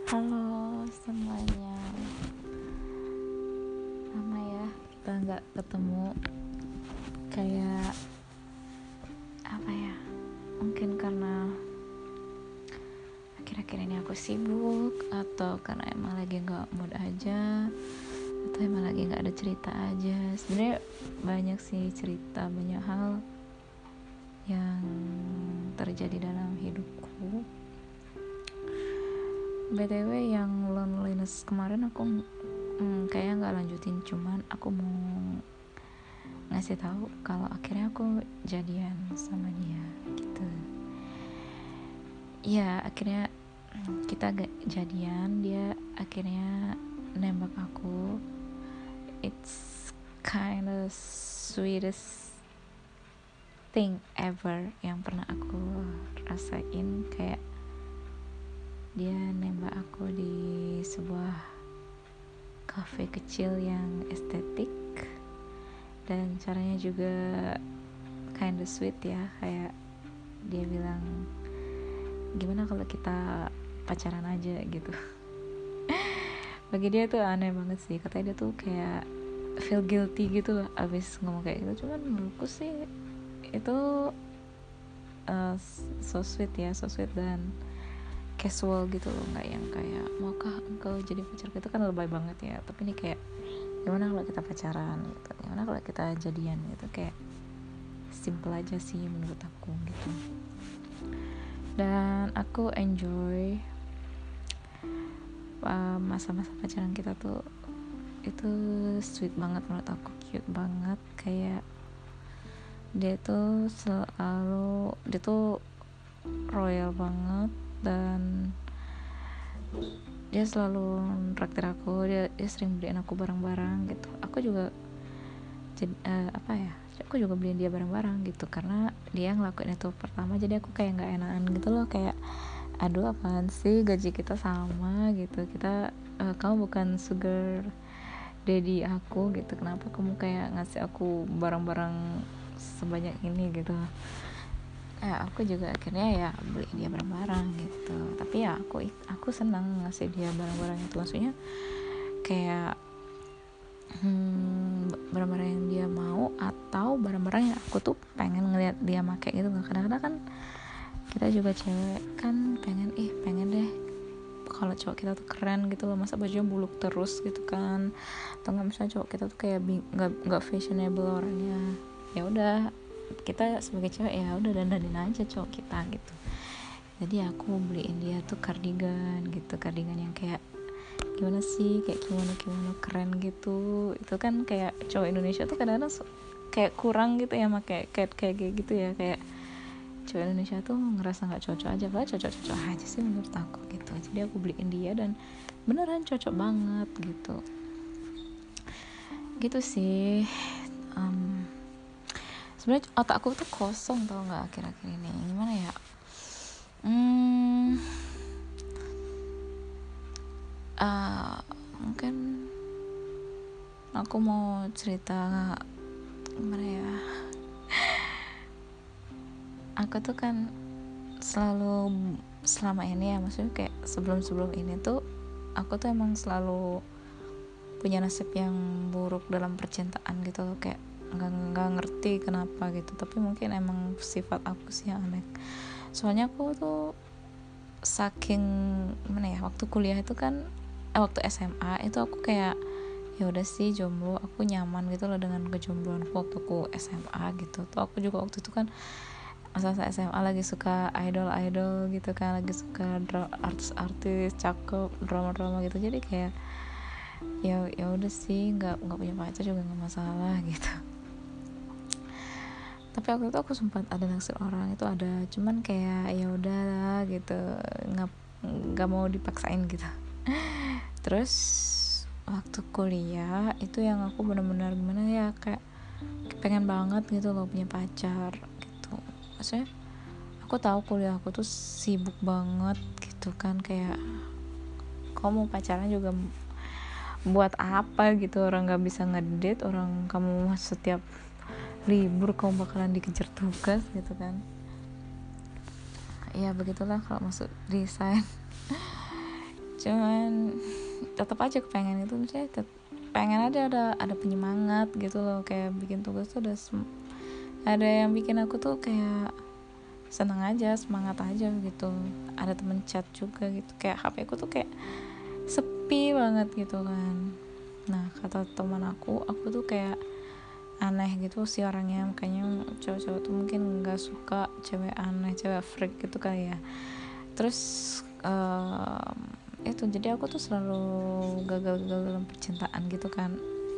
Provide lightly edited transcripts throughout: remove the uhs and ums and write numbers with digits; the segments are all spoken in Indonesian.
Halo semuanya, lama ya kita nggak ketemu. Kayak apa ya? Mungkin karena akhir-akhir ini aku sibuk, atau karena emang lagi nggak mood aja, atau emang lagi nggak ada cerita aja. Sebenarnya banyak sih cerita, banyak hal yang terjadi dalam hidupku. BTW yang loneliness kemarin aku kayaknya nggak lanjutin, cuman aku mau ngasih tahu kalau akhirnya aku jadian sama dia gitu. Ya akhirnya kita gak jadian, dia akhirnya nembak aku. It's kind of sweetest thing ever yang pernah aku rasain. Kayak dia nembak aku di sebuah cafe kecil yang estetik, dan caranya juga kind of sweet ya. Kayak dia bilang, gimana kalau kita pacaran aja gitu. Bagi dia tuh aneh banget sih, katanya dia tuh kayak feel guilty gitu loh abis ngomong kayak gitu. Cuman menurutku sih itu so sweet ya, so sweet dan casual gitu loh, nggak yang kayak maukah engkau jadi pacar, itu kan lebay banget ya. Tapi ini kayak gimana kalau kita pacaran gitu, gimana kalau kita jadian gitu, kayak simple aja sih menurut aku gitu. Dan aku enjoy masa-masa pacaran kita tuh, itu sweet banget menurut aku, cute banget. Kayak dia tuh royal banget, dan dia selalu traktir aku. Dia sering beliin aku barang-barang gitu. Aku juga aku juga beliin dia barang-barang gitu, karena dia ngelakuin itu pertama. Jadi aku kayak nggak enakan gitu loh, kayak aduh apaan sih, gaji kita sama gitu, kamu bukan sugar daddy aku gitu, kenapa kamu kayak ngasih aku barang-barang sebanyak ini gitu. Aku juga akhirnya ya beli dia barang-barang gitu. Tapi ya aku senang ngasih dia barang-barang itu, maksudnya kayak barang-barang yang dia mau, atau barang-barang yang aku tuh pengen ngeliat dia pakai gitu. Kadang-kadang kan kita juga cewek kan pengen deh kalau cowok kita tuh keren gitu loh, masa bajunya buluk terus gitu kan. Atau nggak, misalnya cowok kita tuh kayak nggak fashionable orangnya, ya udah kita sebagai cewek ya udah dandanin aja cowok kita gitu. Jadi aku beliin dia tuh kardigan gitu, kardigan yang kayak gimana sih, kayak kimono keren gitu. Itu kan kayak cowok Indonesia tuh kadang-kadang kayak kurang gitu ya, kayak gitu ya. Kayak cowok Indonesia tuh ngerasa nggak cocok aja, padahal cocok aja sih menurut aku gitu. Jadi aku beliin dia dan beneran cocok banget gitu sih. Sebenarnya otakku tuh kosong, tau nggak, akhir-akhir ini gimana ya. Mungkin aku mau cerita gimana ya. Aku tuh kan selalu selama ini ya, maksudnya kayak sebelum ini tuh aku tuh emang selalu punya nasib yang buruk dalam percintaan gitu loh. Kayak nggak ngerti kenapa gitu, tapi mungkin emang sifat aku sih yang aneh. Soalnya aku tuh saking mana ya, waktu kuliah itu kan waktu SMA itu aku kayak ya udah sih jomblo, aku nyaman gitu loh dengan kejombloanku waktu aku SMA gitu. Tuh aku juga waktu itu kan masa-masa SMA lagi suka idol gitu kan, lagi suka artis-artis cakep, drama gitu. Jadi kayak ya udah sih, nggak punya pacar juga nggak masalah gitu. Tapi waktu itu aku sempat ada naksir orang, itu ada, cuman kayak ya udahlah gitu, nggak mau dipaksain gitu. Terus waktu kuliah itu yang aku benar-benar gimana ya, kayak pengen banget gitu loh punya pacar gitu. Maksudnya aku tahu kuliah aku tuh sibuk banget gitu kan, kayak kamu mau pacaran juga buat apa gitu, orang nggak bisa ngedate, orang kamu setiap libur kamu bakalan dikejar tugas gitu kan. Ya begitulah kalau masuk desain. cuman tetap aja kepengen itu, misalnya pengen ada penyemangat gitu loh, kayak bikin tugas tuh ada yang bikin aku tuh kayak seneng aja, semangat aja gitu. Ada temen chat juga gitu, kayak HP aku tuh kayak sepi banget gitu kan. Nah kata teman aku tuh kayak aneh gitu sih orangnya, makanya cowok-cowok tuh mungkin nggak suka cewek aneh, cewek freak gitu kali ya. Terus itu jadi aku tuh selalu gagal dalam percintaan gitu kan,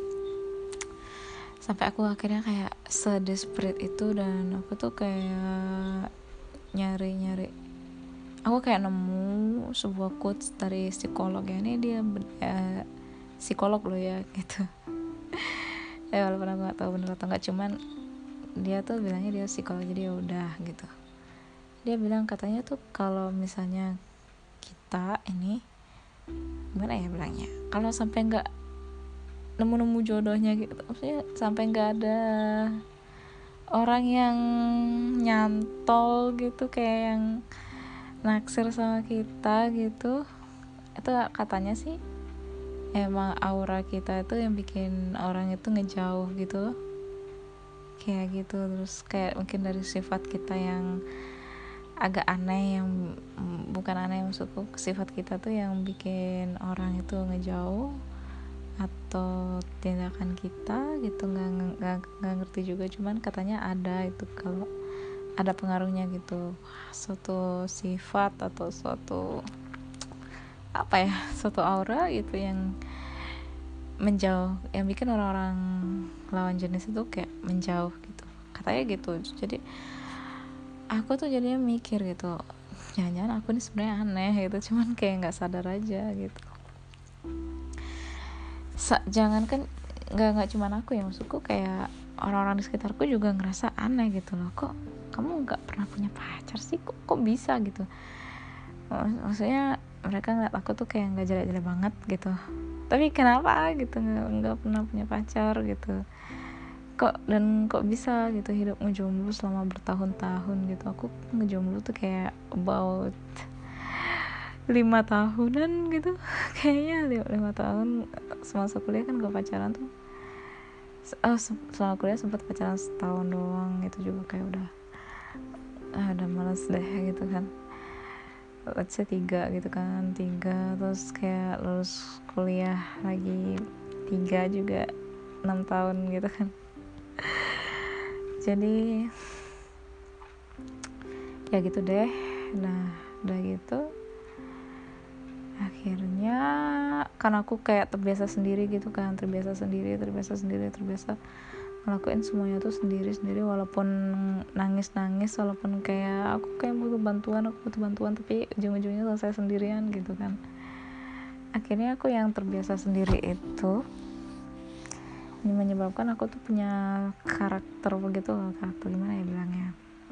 sampai aku akhirnya kayak sedesperate itu, dan aku tuh kayak nyari aku kayak nemu sebuah quotes dari psikolog ya, ini dia psikolog loh ya gitu. Walaupun aku nggak tahu bener atau nggak, cuman dia tuh bilangnya dia psikolog, jadi ya udah gitu. Dia bilang katanya tuh kalau misalnya kita ini gimana ya bilangnya, kalau sampai nggak nemu jodohnya gitu, maksudnya sampai nggak ada orang yang nyantol gitu, kayak yang naksir sama kita gitu, itu katanya sih emang aura kita itu yang bikin orang itu ngejauh gitu loh, kayak gitu. Terus kayak mungkin dari sifat kita yang agak aneh, yang bukan aneh maksudku, sifat kita tuh yang bikin orang itu ngejauh, atau tindakan kita gitu, nggak ngerti juga, cuman katanya ada itu, kalau ada pengaruhnya gitu, suatu sifat atau suatu suatu aura gitu yang menjauh, yang bikin orang-orang lawan jenis itu kayak menjauh gitu, katanya gitu. Jadi aku tuh jadinya mikir gitu, jangan-jangan aku ini sebenarnya aneh gitu, cuman kayak nggak sadar aja gitu. Jangan kan nggak cuman aku ya, maksudku kayak orang-orang di sekitarku juga ngerasa aneh gitu loh, kok kamu nggak pernah punya pacar sih, kok bisa gitu. Maksudnya mereka ngeliat aku tuh kayak nggak jelek-jelek banget gitu, tapi kenapa gitu nggak pernah punya pacar gitu, kok bisa gitu hidup ngejomblo selama bertahun-tahun gitu. Aku ngejomblo tuh kayak about 5 tahunan gitu kayaknya 5 tahun. Semasa kuliah kan gak pacaran tuh, selama kuliah sempat pacaran setahun doang, itu juga kayak udah malas deh gitu kan. Let's say 3 gitu kan, 3, terus kayak lulus kuliah lagi 3 juga 6 tahun gitu kan. Jadi ya gitu deh. Nah udah gitu akhirnya kan aku kayak terbiasa sendiri gitu kan, terbiasa ngelakuin semuanya tuh sendiri, walaupun nangis, walaupun kayak aku kayak butuh bantuan, tapi ujung-ujungnya selesai sendirian gitu kan. Akhirnya aku yang terbiasa sendiri itu, ini menyebabkan aku tuh punya karakter begitu loh, karakter gimana ya bilangnya,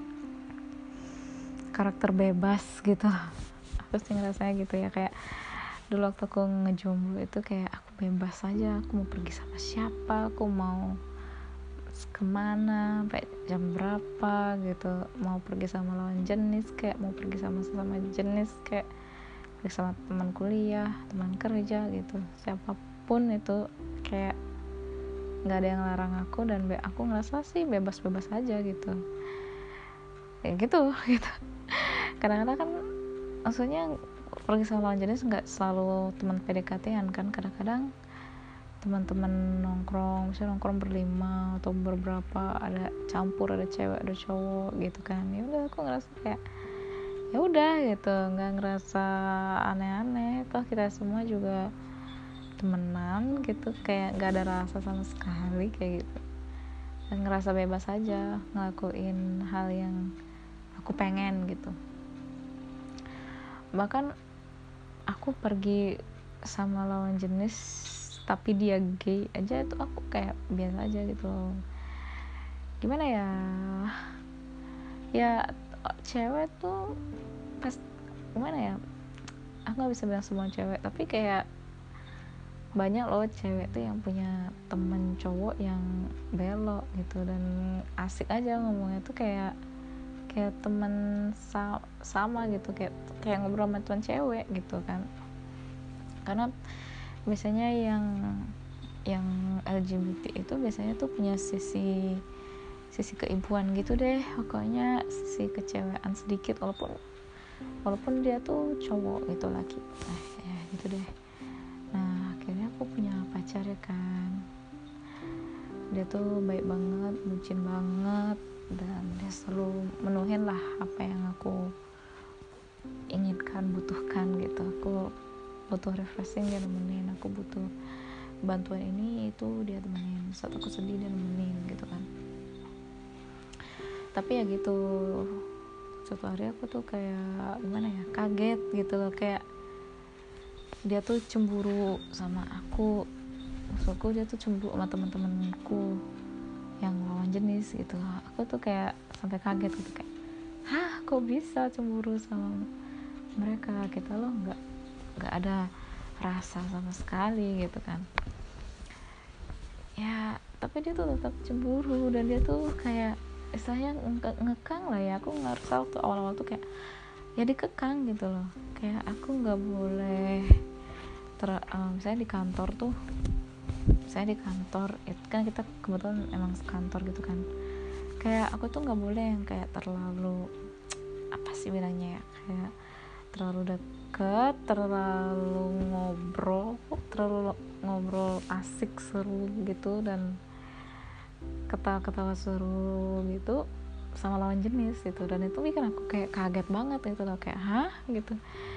karakter bebas gitu. Aku sih ngerasanya gitu ya, kayak dulu waktu aku ngejomblo itu kayak aku bebas aja, aku mau pergi sama siapa, aku mau kemana, sampai jam berapa gitu, mau pergi sama lawan jenis, kayak mau pergi sama sesama jenis, kayak pergi sama teman kuliah, teman kerja gitu, siapapun itu, kayak nggak ada yang larang aku, dan aku ngerasa sih bebas aja gitu, kayak gitu. Kadang-kadang kan maksudnya pergi sama lawan jenis nggak selalu teman PDKT-an kan, kadang-kadang teman-teman nongkrong, misalnya nongkrong berlima atau beberapa, ada campur, ada cewek ada cowok gitu kan. Ya udah aku ngerasa kayak ya udah gitu, nggak ngerasa aneh-aneh, toh kita semua juga temenan gitu, kayak nggak ada rasa sama sekali kayak gitu. Dan ngerasa bebas aja ngelakuin hal yang aku pengen gitu. Bahkan aku pergi sama lawan jenis tapi dia gay aja, itu aku kayak biasa aja gitu loh. Gimana ya cewek tuh pas gimana ya, aku nggak bisa bilang semua cewek, tapi kayak banyak loh cewek tuh yang punya temen cowok yang belok gitu, dan asik aja ngomongnya tuh kayak temen sama gitu, kayak ngobrol sama temen cewek gitu kan. Karena biasanya yang LGBT itu biasanya tuh punya sisi keibuan gitu deh, pokoknya sisi kecewean sedikit, walaupun dia tuh cowok gitu, laki, ya gitu deh. Nah akhirnya aku punya pacar ya kan, dia tuh baik banget, bucin banget, dan dia selalu menuhin lah apa yang aku inginkan, butuhkan gitu. Aku butuh refreshing, dia nemenin. Aku butuh bantuan ini itu, dia temenin. Saat aku sedih dia nemenin gitu kan. Tapi ya gitu, suatu hari aku tuh kayak gimana ya, kaget gitu loh, kayak dia tuh cemburu sama aku. Maksudku dia tuh cemburu sama teman-temanku yang lawan jenis gitu. Aku tuh kayak sampai kaget gitu, kayak hah kok bisa cemburu sama mereka, kita loh nggak ada rasa sama sekali gitu kan ya. Tapi dia tuh tetap cemburu, dan dia tuh kayak istilahnya ngekang lah ya. Aku ngerasa waktu awal-awal tuh kayak ya dikekang gitu loh, kayak aku nggak boleh misalnya di kantor tuh, misalnya di kantor itu kan kita kebetulan emang sekantor gitu kan, kayak aku tuh nggak boleh yang kayak terlalu apa sih bilangnya ya, kayak terlalu deket, terlalu ngobrol asik seru gitu, dan ketawa-ketawa seru gitu sama lawan jenis gitu. Dan itu bikin aku kayak kaget banget gitu loh, kayak hah gitu,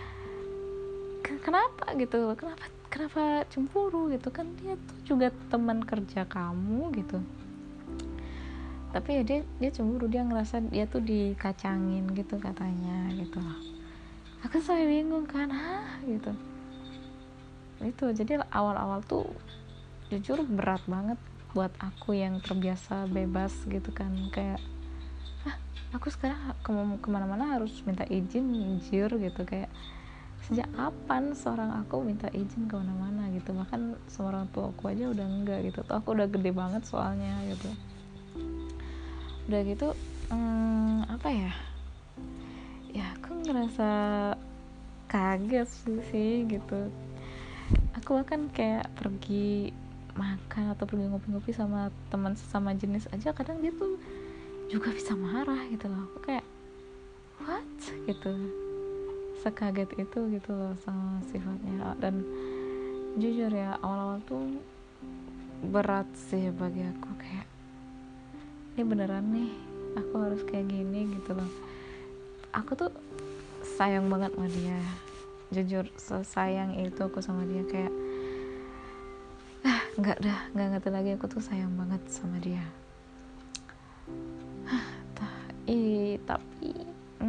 kenapa gitu, kenapa cemburu gitu, kan dia tuh juga teman kerja kamu gitu. Tapi ya dia cemburu, dia ngerasa dia tuh dikacangin gitu katanya gitu. Aku sampai bingung kan, hah gitu. Itu jadi awal-awal tuh jujur berat banget buat aku yang terbiasa bebas gitu kan, kayak aku sekarang kemana-mana harus minta izin minjir gitu. Kayak sejak kapan seorang aku minta izin kemana-mana gitu, bahkan sama orang tua aku aja udah enggak gitu. Tuh aku udah gede banget soalnya gitu. Udah gitu apa ya aku ngerasa kaget sih gitu. Aku bahkan kayak pergi makan atau pergi ngopi-ngopi sama teman sesama jenis aja, kadang dia tuh juga bisa marah gitu loh. Aku kayak what gitu, sekaget itu gitu loh sama sifatnya. Dan jujur ya awal-awal tuh berat sih bagi aku, kayak ini beneran nih aku harus kayak gini gitu loh. Aku tuh sayang banget sama dia, jujur sayang itu aku sama dia, kayak nggak ngerti lagi, aku tuh sayang banget sama dia. Tapi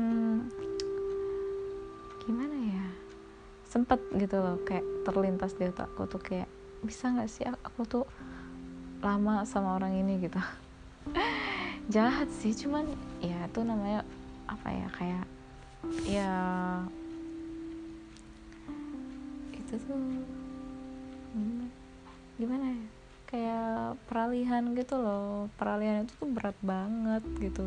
gimana ya, sempet gitu loh kayak terlintas di otakku tuh kayak bisa nggak sih aku tuh lama sama orang ini gitu. Jahat sih, cuman ya itu namanya apa ya, kayak ya itu tuh gimana ya, kayak peralihan gitu loh. Peralihan itu tuh berat banget gitu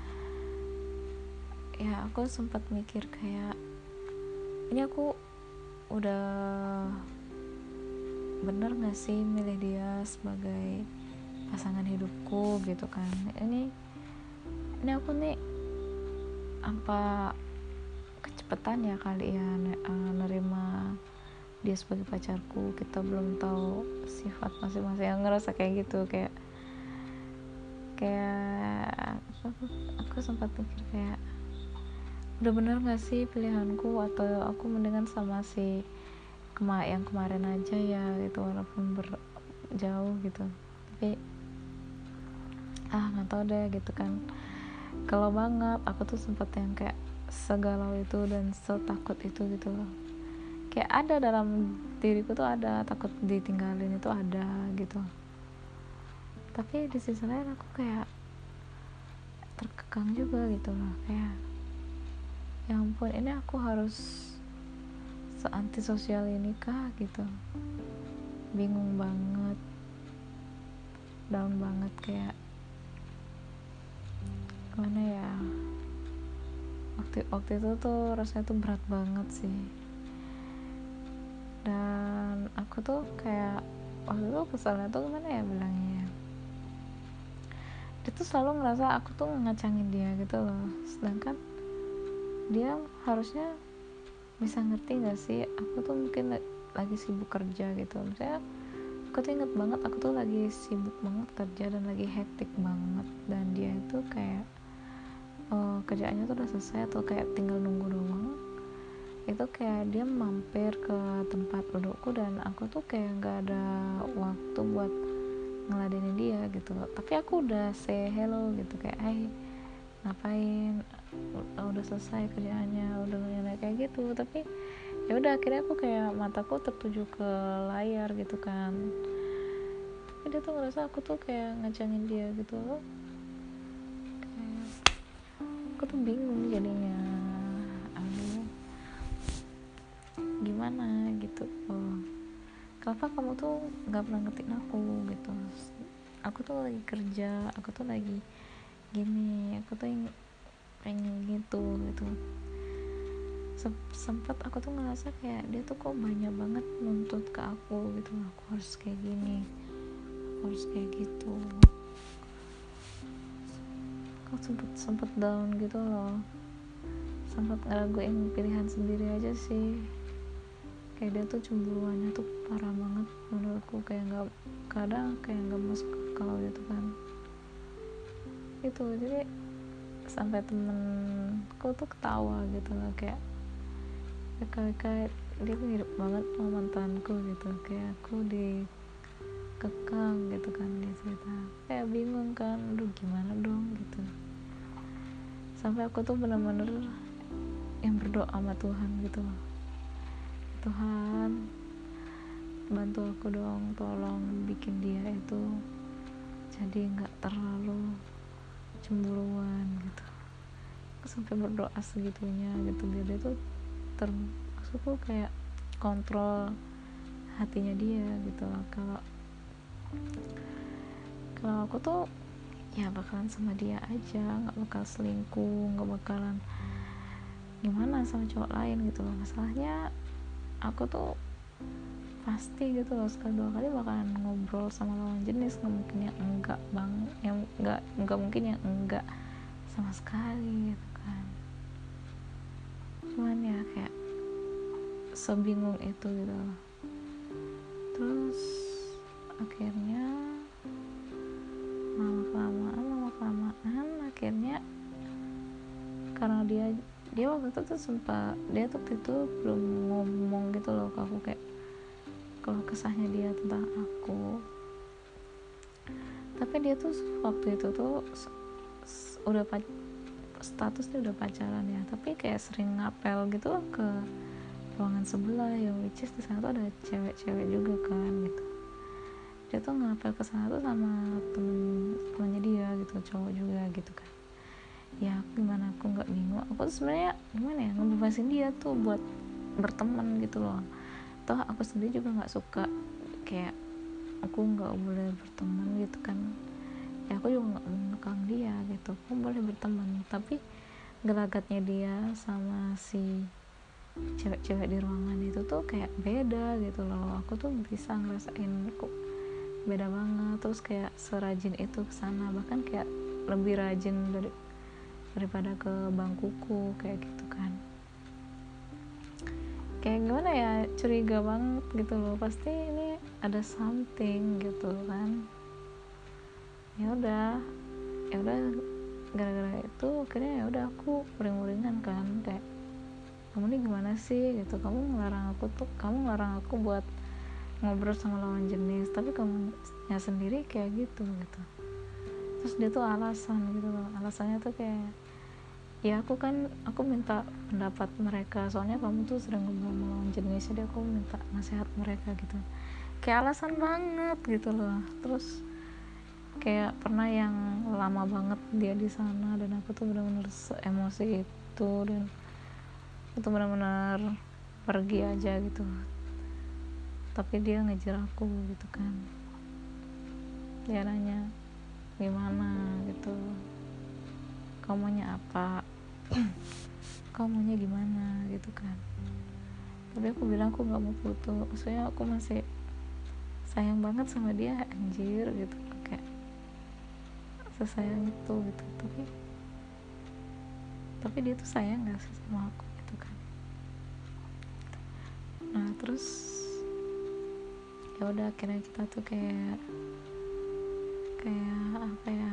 ya. Aku sempat mikir kayak ini aku udah bener gak sih milih dia sebagai pasangan hidupku gitu kan. Ini aku nih apa kecepatan ya kali ya nerima dia sebagai pacarku, kita belum tahu sifat masing-masing. Yang ngerasa kayak gitu, kayak aku sempat mikir kayak udah bener gak sih pilihanku, atau aku mendingan sama si yang kemarin aja ya gitu, walaupun jauh gitu. Tapi nggak tahu deh gitu kan. Kalau banget aku tuh sempet yang kayak segalau itu dan setakut itu gitu loh. Kayak ada dalam diriku tuh ada takut ditinggalin, itu ada gitu. Tapi di sisi lain aku kayak terkekang juga gitu loh, kayak ya ampun ini aku harus se-antisosial ini kah gitu. Bingung banget, down banget, kayak gimana ya, waktu itu tuh rasanya tuh berat banget sih. Dan aku tuh kayak waktu itu keselnya tuh gimana ya bilangnya ya, dia tuh selalu ngerasa aku tuh ngacangin dia gitu loh, sedangkan dia harusnya bisa ngerti gak sih aku tuh mungkin lagi sibuk kerja gitu. Misalnya aku tuh inget banget aku tuh lagi sibuk banget kerja dan lagi hektik banget, dan dia itu kayak kerjaannya tuh udah selesai atau kayak tinggal nunggu doang. Itu kayak dia mampir ke tempat dudukku dan aku tuh kayak gak ada waktu buat ngeladenin dia gitu loh. Tapi aku udah say hello gitu, kayak hai ngapain, udah selesai kerjaannya, udah nanya kayak gitu. Tapi ya udah akhirnya aku kayak mataku tertuju ke layar gitu kan, tapi dia tuh ngerasa aku tuh kayak ngacangin dia gitu loh. Kayak aku tuh bingung jadinya, aduh gimana gitu. Kenapa kamu tuh nggak pernah ngertiin aku gitu, aku tuh lagi kerja, aku tuh lagi gini, aku tuh pengen gitu. Sempat aku tuh ngerasa kayak dia tuh kok banyak banget nuntut ke aku gitu, aku harus kayak gini, aku harus kayak gitu. Aku sempet down gitu loh, sempat ngeraguin pilihan sendiri aja sih. Kayak dia tuh cemburuannya tuh parah banget menurutku, kayak nggak, kadang kayak nggak masuk akal gitu kan. Itu jadi sampai temenku tuh ketawa gitu loh, kayak dia tuh mirip banget sama mantanku gitu, kayak aku dikekang gitu kan, dia cerita. Kayak bingung kan, aduh gimana dong gitu. Sampai aku tuh bener-bener yang berdoa sama Tuhan gitu loh, Tuhan bantu aku dong, tolong bikin dia itu jadi nggak terlalu cemburuan gitu. Aku sampai berdoa segitunya gitu, biar dia tuh maksudku kayak kontrol hatinya dia gitu loh. Kalau aku tuh ya bakalan sama dia aja, nggak bakal selingkuh, nggak bakalan gimana sama cowok lain gitu loh. Masalahnya aku tuh pasti gitu loh, sekali dua kali bakalan ngobrol sama lawan jenis, nggak mungkin yang enggak bang, yang nggak mungkin yang enggak sama sekali gitu kan. Cuman ya kayak sebingung itu gitu loh. Terus akhirnya lama kelamaan akhirnya, karena dia waktu itu tuh dia tuh belum ngomong gitu loh ke aku kayak kalau kesahnya dia tentang aku. Tapi dia tuh waktu itu tuh udah statusnya udah pacaran ya, tapi kayak sering ngapel gitu ke ruangan sebelah ya, which is di sana tuh ada cewek-cewek juga kan gitu. Dia tuh ngapel ke sana tuh sama temennya dia gitu, cowok juga gitu kan. Ya gimana, aku nggak bingung, aku tuh sebenarnya gimana ya, ngebebasin dia tuh buat berteman gitu loh. Toh aku sendiri juga nggak suka kayak aku nggak boleh berteman gitu kan. Ya aku juga nggak mau ngekang dia gitu, aku boleh berteman, tapi gelagatnya dia sama si cewek-cewek di ruangan itu tuh kayak beda gitu loh. Aku tuh bisa ngerasain kok beda banget. Terus kayak serajin itu kesana, bahkan kayak lebih rajin daripada ke bangkuku kayak gitu kan. Kayak gimana ya, curiga banget gitu loh, pasti ini ada something gitu kan. Ya udah gara-gara itu akhirnya ya udah aku uring-uringan kan, kayak kamu nih gimana sih gitu, kamu ngelarang aku buat ngobrol sama lawan jenis, tapi kamu nya sendiri kayak gitu. Terus dia tuh alasan gitu loh, alasannya tuh kayak ya aku minta pendapat mereka, soalnya kamu tuh sering ngobrol sama lawan jenis, jadi aku minta nasihat mereka gitu. Kayak alasan banget gitu loh. Terus kayak pernah yang lama banget dia di sana dan aku tuh benar-benar emosi itu, dan itu benar-benar pergi aja gitu, tapi dia ngejar aku gitu kan. Dia nanya gimana gitu, kamu maunya apa kamu maunya gimana gitu kan. tapi aku bilang aku nggak mau putus, maksudnya aku masih sayang banget sama dia anjir gitu, kayak sesayang itu gitu. Tapi dia tuh sayang gak sih sama aku gitu kan. Nah terus ya udah akhirnya kita tuh kayak apa ya,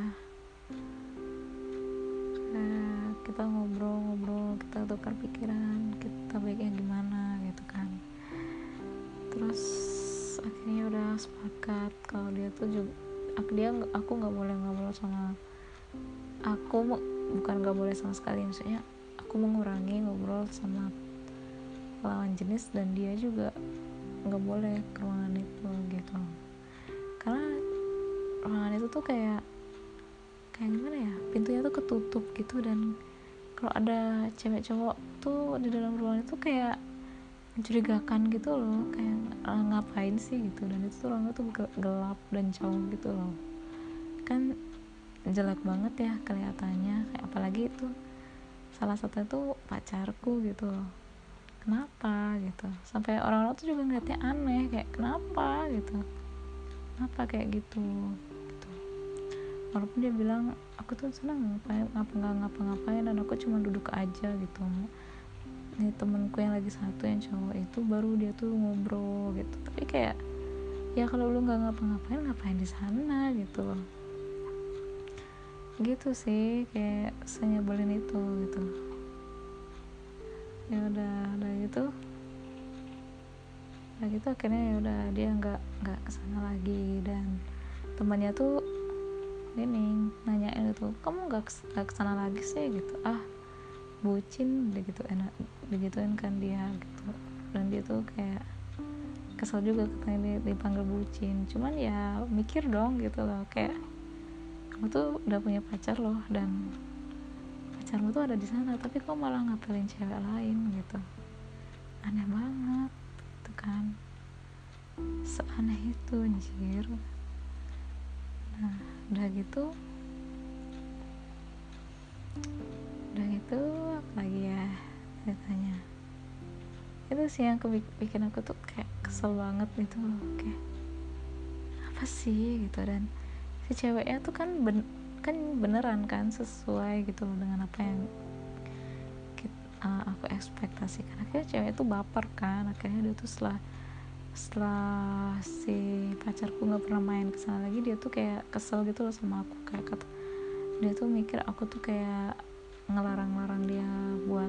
kayak kita ngobrol, kita tukar pikiran, kita baiknya gimana gitu kan. Terus akhirnya udah sepakat kalau dia tuh juga aku nggak boleh ngobrol sama aku, bukan nggak boleh sama sekali, maksudnya aku mengurangi ngobrol sama lawan jenis, dan dia juga nggak boleh ke ruangan itu gitu, karena ruangan itu tuh kayak gimana ya, pintunya tuh ketutup gitu, dan kalau ada cewek cowok tuh di dalam ruangan itu kayak mencurigakan gitu loh, kayak ngapain sih gitu. Dan itu tuh ruangan tuh gelap dan jauh gitu loh, kan jelek banget ya kelihatannya, kayak apalagi itu salah satu itu pacarku gitu loh. Kenapa gitu, sampai orang-orang tuh juga ngeliatnya aneh, kayak kenapa gitu, kenapa kayak gitu. Walaupun dia bilang aku tuh senang ngapa-ngapain dan aku cuma duduk aja gitu. Ini temenku yang lagi satu yang cowok itu baru dia tuh ngobrol gitu, tapi kayak ya kalau lu nggak ngapa-ngapain ngapain di sana gitu loh, gitu sih, kayak senyebelin itu gitu. Ya udah gitu akhirnya ya udah dia nggak kesana lagi. Dan temannya tuh ini nanyain gitu, kamu nggak kesana lagi sih gitu, bucin gitu, enak digituin kan dia gitu. Dan dia tuh kayak kesel juga katanya dipanggil bucin, cuman ya mikir dong gitu loh, kayak kamu tuh udah punya pacar loh, dan pacarmu tuh ada di sana, tapi kok malah ngapelin cewek lain gitu, aneh banget gitu kan, seaneh itu anjir. Nah udah gitu apa lagi ya ceritanya, itu sih yang bikin aku tuh kayak kesel banget gitu loh, kayak apa sih gitu. Dan si ceweknya tuh kan beneran kan sesuai gitu loh dengan apa yang aku ekspektasikan. Akhirnya cewek itu baper kan, akhirnya dia tuh setelah si pacarku nggak pernah main kesana lagi, dia tuh kayak kesel gitu loh sama aku, kayak dia tuh mikir aku tuh kayak ngelarang dia buat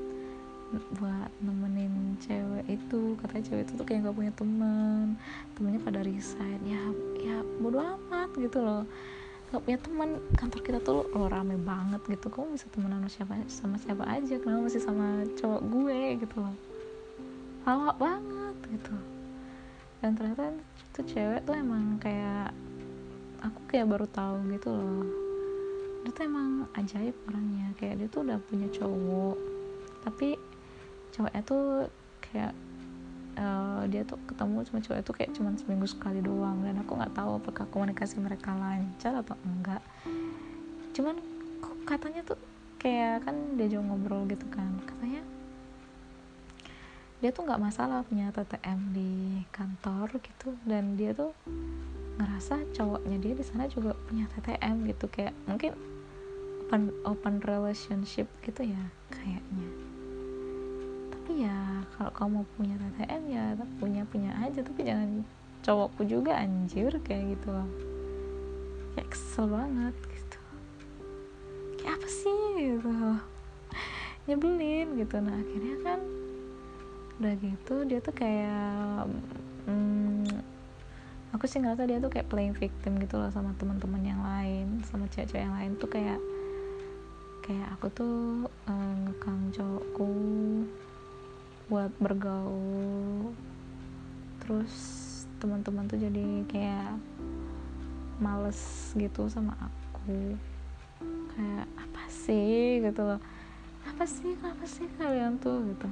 nemenin cewek itu. Katanya cewek itu tuh kayak nggak punya temennya pada resign, ya bodo amat gitu loh, nggak punya teman. Kantor kita tuh rame banget gitu, kamu bisa temenan sama siapa aja, kenapa masih sama cowok gue gitu loh, lawak banget gitu. Dan ternyata itu cewek tuh emang kayak aku kayak baru tahu gitu loh, dia tuh emang ajaib orangnya, kayak dia tuh udah punya cowok, tapi cowoknya tuh kayak dia tuh ketemu sama cowok itu kayak cuman seminggu sekali doang. Dan aku nggak tahu apakah komunikasi mereka lancar atau enggak, cuman katanya tuh kayak kan dia juga ngobrol gitu kan, katanya dia tuh nggak masalah punya TTM di kantor gitu, dan dia tuh ngerasa cowoknya dia di sana juga punya TTM gitu, kayak mungkin open relationship gitu ya kayaknya. Tapi ya kalau kamu punya TTM ya punya aja, tapi jangan cowokku juga anjir, kayak gitu loh, kayak kesel banget gitu, kayak apa sih gitu, nyebelin gitu. Nah akhirnya kan udah gitu dia tuh kayak aku sih ngerasa dia tuh kayak playing victim gitu loh sama teman-teman yang lain, sama cewek-cewek yang lain tuh kayak aku tuh ngekang cowokku buat bergaul, terus teman-teman tuh jadi kayak males gitu sama aku, kayak apa sih gitu loh, apa sih kalian tuh gitu.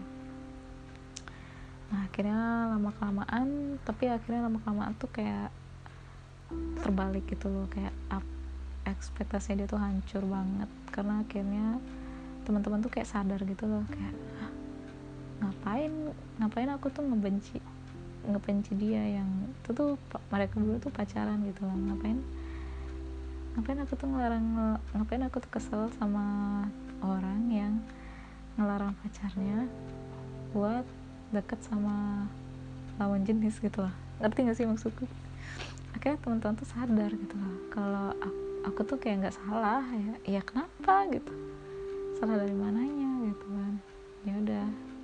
Nah akhirnya lama kelamaan tuh kayak terbalik gitu loh, kayak ekspektasinya dia tuh hancur banget, karena akhirnya teman-teman tuh kayak sadar gitu loh, kayak ngapain aku tuh ngebenci dia, yang itu tuh mereka berdua tuh pacaran gitu loh. Ngapain aku tuh ngapain aku tuh kesel sama orang yang ngelarang pacarnya buat deket sama lawan jenis gitu loh. Ngerti gak sih maksudku? Akhirnya teman-teman tuh sadar gitu loh kalau aku tuh kayak nggak salah ya kenapa gitu, salah dari mananya gitu kan. ya udah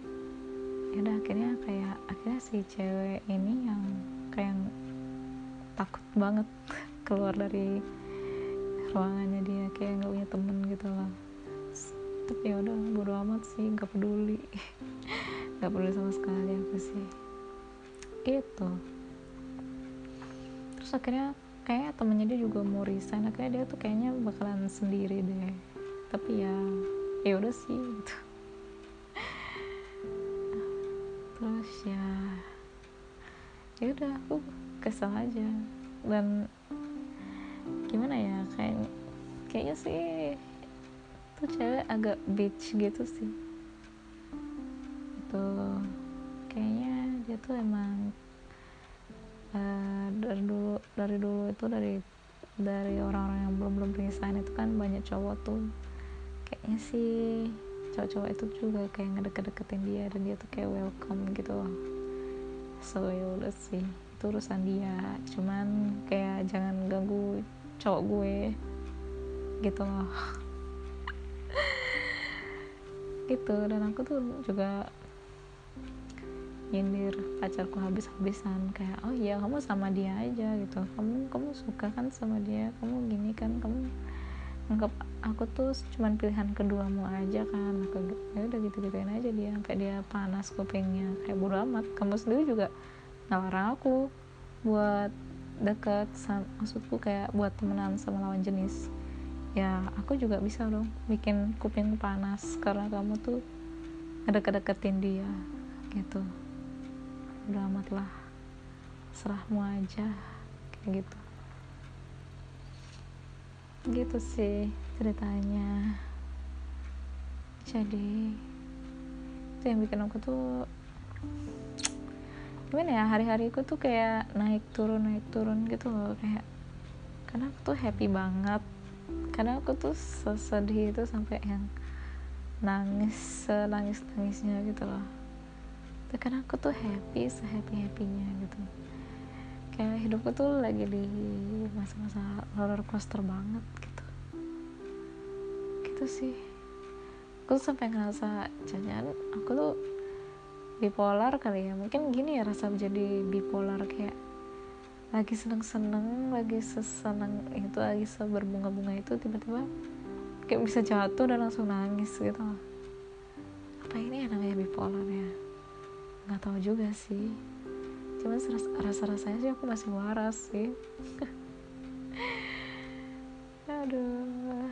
akhirnya si cewek ini yang kayak takut banget keluar dari ruangannya dia, kayak nggak punya temen gitu loh. Tapi ya udah bodo amat sih, nggak peduli nggak peduli sama sekali aku sih itu. Terus akhirnya kayak temennya dia juga mau resign, akhirnya dia tuh kayaknya bakalan sendiri deh. Tapi ya udah sih gitu. Terus ya udah aku kesel aja. Dan gimana ya, kayaknya sih tuh cewek agak bitch gitu sih. Itu kayaknya dia tuh emang dari dulu itu dari orang-orang yang belum resign itu kan banyak cowok tuh kayaknya sih, cowok-cowok itu juga kayak ngedeket-deketin dia dan dia tuh kayak welcome gitu loh. So ya udah sih, itu urusan dia, cuman kayak jangan ganggu cowok gue gitu loh gitu. Dan aku tuh juga nyindir pacarku habis-habisan, kayak oh iya kamu sama dia aja gitu, kamu suka kan sama dia, kamu gini kan, kamu anggap aku tuh cuman pilihan keduamu aja kan. Aku ya udah gitu-gituin aja dia sampai dia panas kupingnya, kayak bodo amat, kamu sendiri juga ngelarang aku buat deket maksudku kayak buat temenan sama lawan jenis, ya aku juga bisa dong bikin kuping panas karena kamu tuh ngedeket-deketin dia gitu. Udah amat lah, serahmu aja kayak gitu sih ceritanya. Jadi itu yang bikin aku tuh gimana ya, hari-hariku tuh kayak naik turun gitu loh, kayak karena aku tuh happy banget, karena aku tuh sesedih itu sampai yang nangisnya gitu loh. Tapi karena aku tuh sehappy-happynya gitu, kayak hidupku tuh lagi di masa-masa roller coaster banget gitu sih. Aku tuh sampai ngerasa jangan aku tuh bipolar kali ya, mungkin gini ya rasa jadi bipolar, kayak lagi seneng-seneng, lagi seseneng itu, lagi seberbunga-bunga itu, tiba-tiba kayak bisa jatuh dan langsung nangis gitu. Apa ini yang namanya bipolar ya? Nggak tahu juga sih, cuman rasa-rasanya sih aku masih waras sih aduh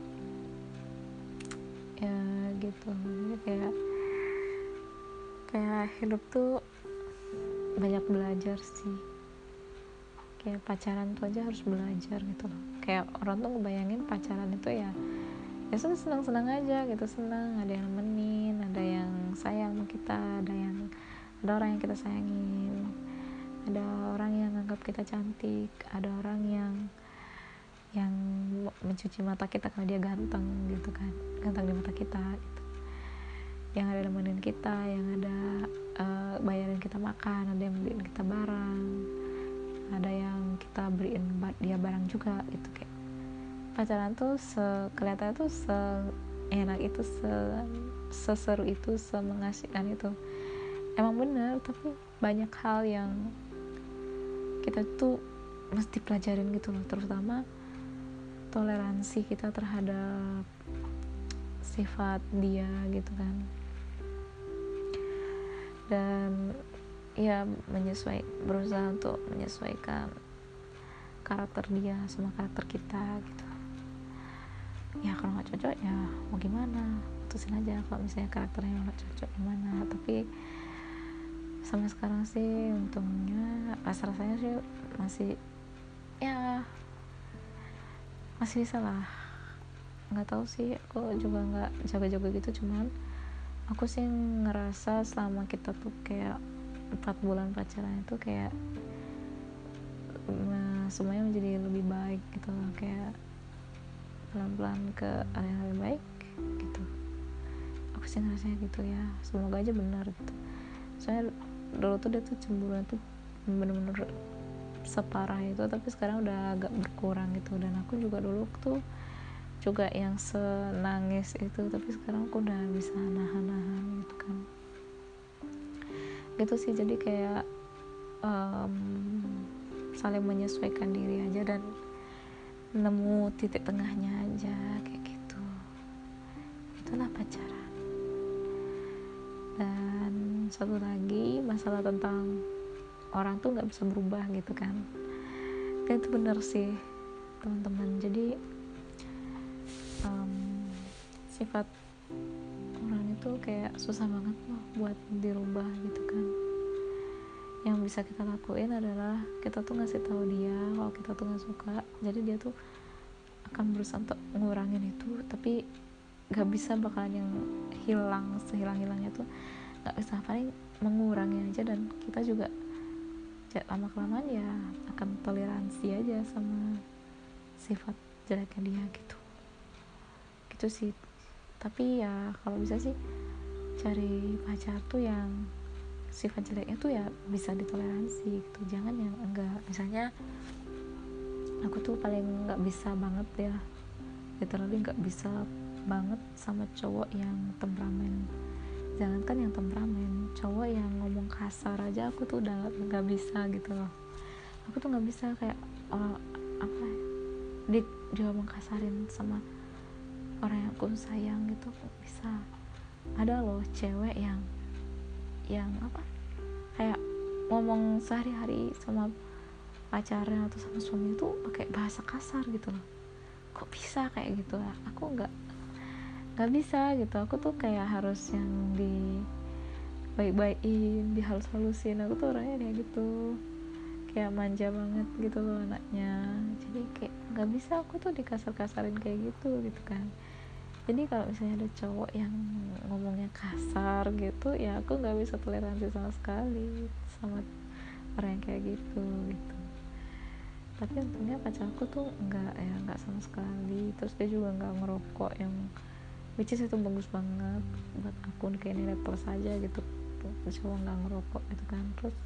ya gitu. Jadi kayak hidup tuh banyak belajar sih, kayak pacaran tuh aja harus belajar gitu loh. Kayak orang tuh ngebayangin pacaran itu ya senang-senang aja gitu, senang, ada yang nemenin, ada yang sayang sama kita, ada orang yang kita sayangin, ada orang yang anggap kita cantik, ada orang yang mencuci mata kita karena dia ganteng gitu kan, ganteng di mata kita gitu. Yang ada nemenin kita, yang ada bayarin kita makan, ada yang beliin kita barang, ada yang kita beliin dia barang juga gitu. Kayak pacaran tuh kelihatannya tuh enak itu, seseru itu, semengasihkan itu, emang bener. Tapi banyak hal yang kita tuh mesti pelajarin gitu loh, terutama toleransi kita terhadap sifat dia gitu kan. Dan ya berusaha untuk menyesuaikan karakter dia sama karakter kita gitu. Ya kalau nggak cocok ya mau gimana, putusin aja kalau misalnya karakternya nggak cocok gimana. Tapi sampai sekarang sih untungnya rasa-rasanya sih masih bisa lah. Nggak tahu sih, aku juga nggak jaga-jaga gitu, cuman Aku sih ngerasa selama kita tuh kayak 4 bulan pacaran itu kayak semuanya menjadi lebih baik gitu loh, kayak pelan-pelan ke arah yang lebih baik gitu. Aku sih ngerasanya gitu ya, semoga aja benar gitu. Soalnya dulu tuh dia tuh cemburu tuh bener-bener separah itu, tapi sekarang udah agak berkurang gitu. Dan aku juga dulu tuh juga yang senangis itu, tapi sekarang aku udah bisa nahan-nahan gitu kan, gitu sih. Jadi kayak saling menyesuaikan diri aja dan nemu titik tengahnya aja kayak gitu. Itulah pacaran. Dan satu lagi masalah tentang orang tuh nggak bisa berubah gitu kan, itu bener sih teman-teman. Jadi sifat orang itu kayak susah banget loh buat dirubah gitu kan. Yang bisa kita lakuin adalah kita tuh ngasih tahu dia kalau kita tuh nggak suka, jadi dia tuh akan berusaha untuk ngurangin itu, tapi nggak bisa bakalan yang hilang sehilang-hilangnya tuh nggak bisa, paling mengurangi aja. Dan kita juga lama kelamaan ya akan toleransi aja sama sifat jeleknya dia gitu sih. Tapi ya kalau bisa sih cari pacar tuh yang sifat jeleknya tuh ya bisa ditoleransi gitu, jangan yang enggak. Misalnya aku tuh paling nggak bisa banget ya, literally nggak bisa banget sama cowok yang temperamen. Jangankan yang temperamen, cowok yang ngomong kasar aja aku tuh udah nggak bisa gitu loh. Aku tuh nggak bisa kayak apa dia ngomong kasarin sama orang yang aku sayang gitu, nggak bisa. Ada loh cewek yang apa kayak ngomong sehari-hari sama pacarnya atau sama suami itu pakai bahasa kasar gitu loh. Kok bisa kayak gitu lah? Aku nggak bisa gitu. Aku tuh kayak harus yang di baik-baikin, dihalus-halusin. Aku tuh orangnya kayak gitu, kayak manja banget gitu loh anaknya. Jadi kayak nggak bisa aku tuh dikasar-kasarin kayak gitu kan. Jadi kalau misalnya ada cowok yang ngomongnya kasar gitu ya aku nggak bisa toleransi sama sekali sama orang yang kayak gitu. Tapi untungnya pacarku tuh nggak sama sekali. Terus dia juga nggak ngerokok, yang which is itu bagus banget buat aku, kayak nilai plus aja gitu cowok nggak ngerokok gitu kan. Terus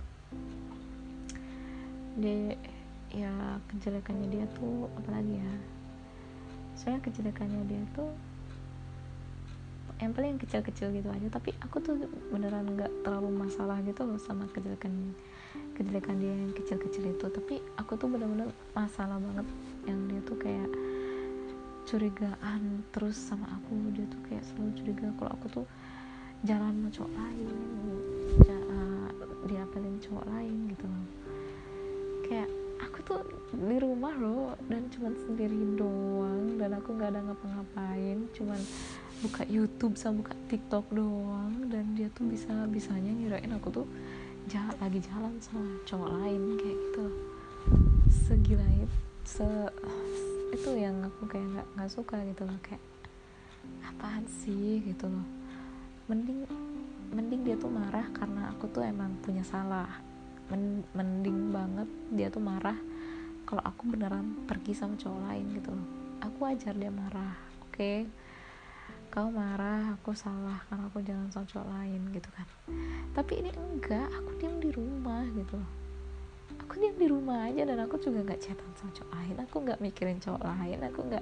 dia ya kejelekannya dia tuh apalagi ya, soalnya kejelekannya dia tuh yang paling kecil-kecil gitu aja, tapi aku tuh beneran nggak terlalu masalah gitu loh sama kejelekan dia yang kecil-kecil itu. Tapi aku tuh bener-bener masalah banget yang dia tuh kayak curigaan terus sama aku. Dia tuh kayak selalu curiga kalau aku tuh jalan sama cowok lain, diapelin cowok lain gitu loh. Kayak aku tuh di rumah loh dan cuman sendiri doang, dan aku nggak ada ngapa-ngapain, cuman buka YouTube sama buka TikTok doang, dan dia tuh bisanya ngirain aku tuh lagi jalan sama cowok lain kayak gitu. Segila itu yang aku kayak nggak suka gitu loh, kayak apaan sih gitu loh. Mending dia tuh marah karena aku tuh emang punya salah. Mending banget dia tuh marah kalau aku beneran pergi sama cowok lain gitu loh. Aku ajar dia marah, oke? Kau marah, aku salah karena aku jalan sama cowok lain gitu kan. Tapi ini enggak, aku diam di rumah gitu loh. Aku diam di rumah aja, dan aku juga nggak chatan sama cowok lain, aku nggak mikirin cowok lain, aku nggak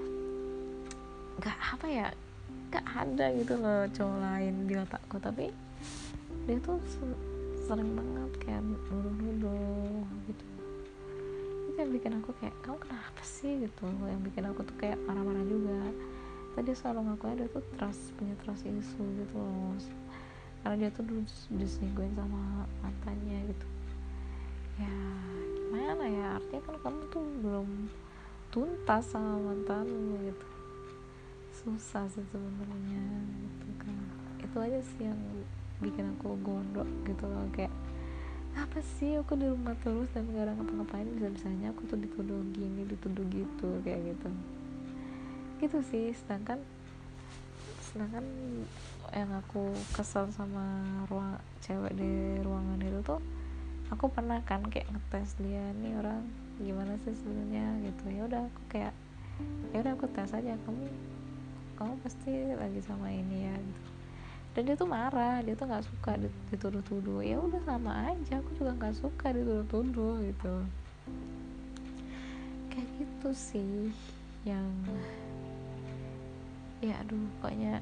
apa ya, nggak ada gitu loh cowok lain di otakku. Tapi dia tuh sering banget kayak nuduh gitu. Itu yang bikin aku kayak, kamu kenapa sih gitu. Yang bikin aku tuh kayak marah-marah juga. Tadi selalu ngakuin dia tuh punya trust issue gitu loh, karena dia tuh dulu diselingkuhin sama mantannya gitu. Ya gimana ya, artinya kan kamu tuh belum tuntas sama mantanmu gitu. Susah sih sebenarnya gitu kan. Itu aja sih yang bikin aku gondok gitu loh, kayak apa sih aku di rumah terus dan gak ada ngapa-ngapain, bisa-bisanya aku tuh dituduh gini dituduh gitu kayak gitu sih. Sedangkan yang aku kesel sama cewek di ruangan itu tuh, aku pernah kan kayak ngetes dia nih orang gimana sih sebenarnya gitu. Ya udah aku kayak, ya udah aku tes aja, kamu pasti lagi sama ini ya gitu. Dan dia tuh marah, dia tuh nggak suka dituduh-tuduh. Ya udah sama aja, aku juga nggak suka dituduh-tuduh gitu. Kayak gitu sih yang, ya aduh pokoknya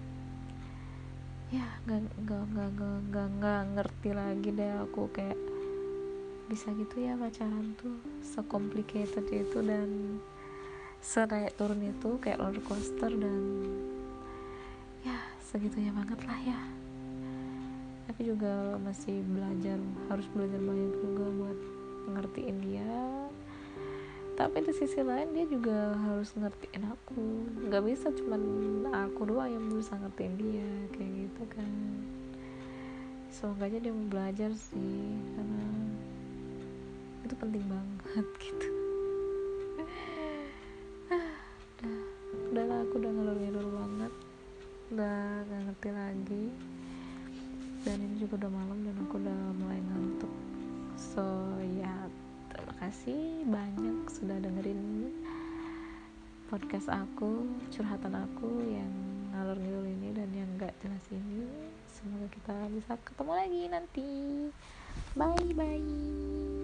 ya nggak ngerti lagi deh aku, kayak bisa gitu ya pacaran tuh secomplicated itu dan senaik turun itu kayak roller coaster, dan ya segitunya banget lah ya. Tapi juga masih harus belajar banyak juga buat ngertiin dia. Tapi di sisi lain dia juga harus ngertiin aku, nggak bisa cuman aku doang yang bisa ngertiin dia kayak gitu kan. Semoga aja dia mau belajar sih, karena itu penting banget gitu. Udahlah, aku udah ngelur-ngelur banget, udah gak ngerti lagi, dan ini juga udah malam dan aku udah mulai ngantuk. So ya, terima kasih banyak sudah dengerin podcast aku, curhatan aku yang ngalor ngidul ini dan yang gak jelas ini. Semoga kita bisa ketemu lagi nanti. Bye bye.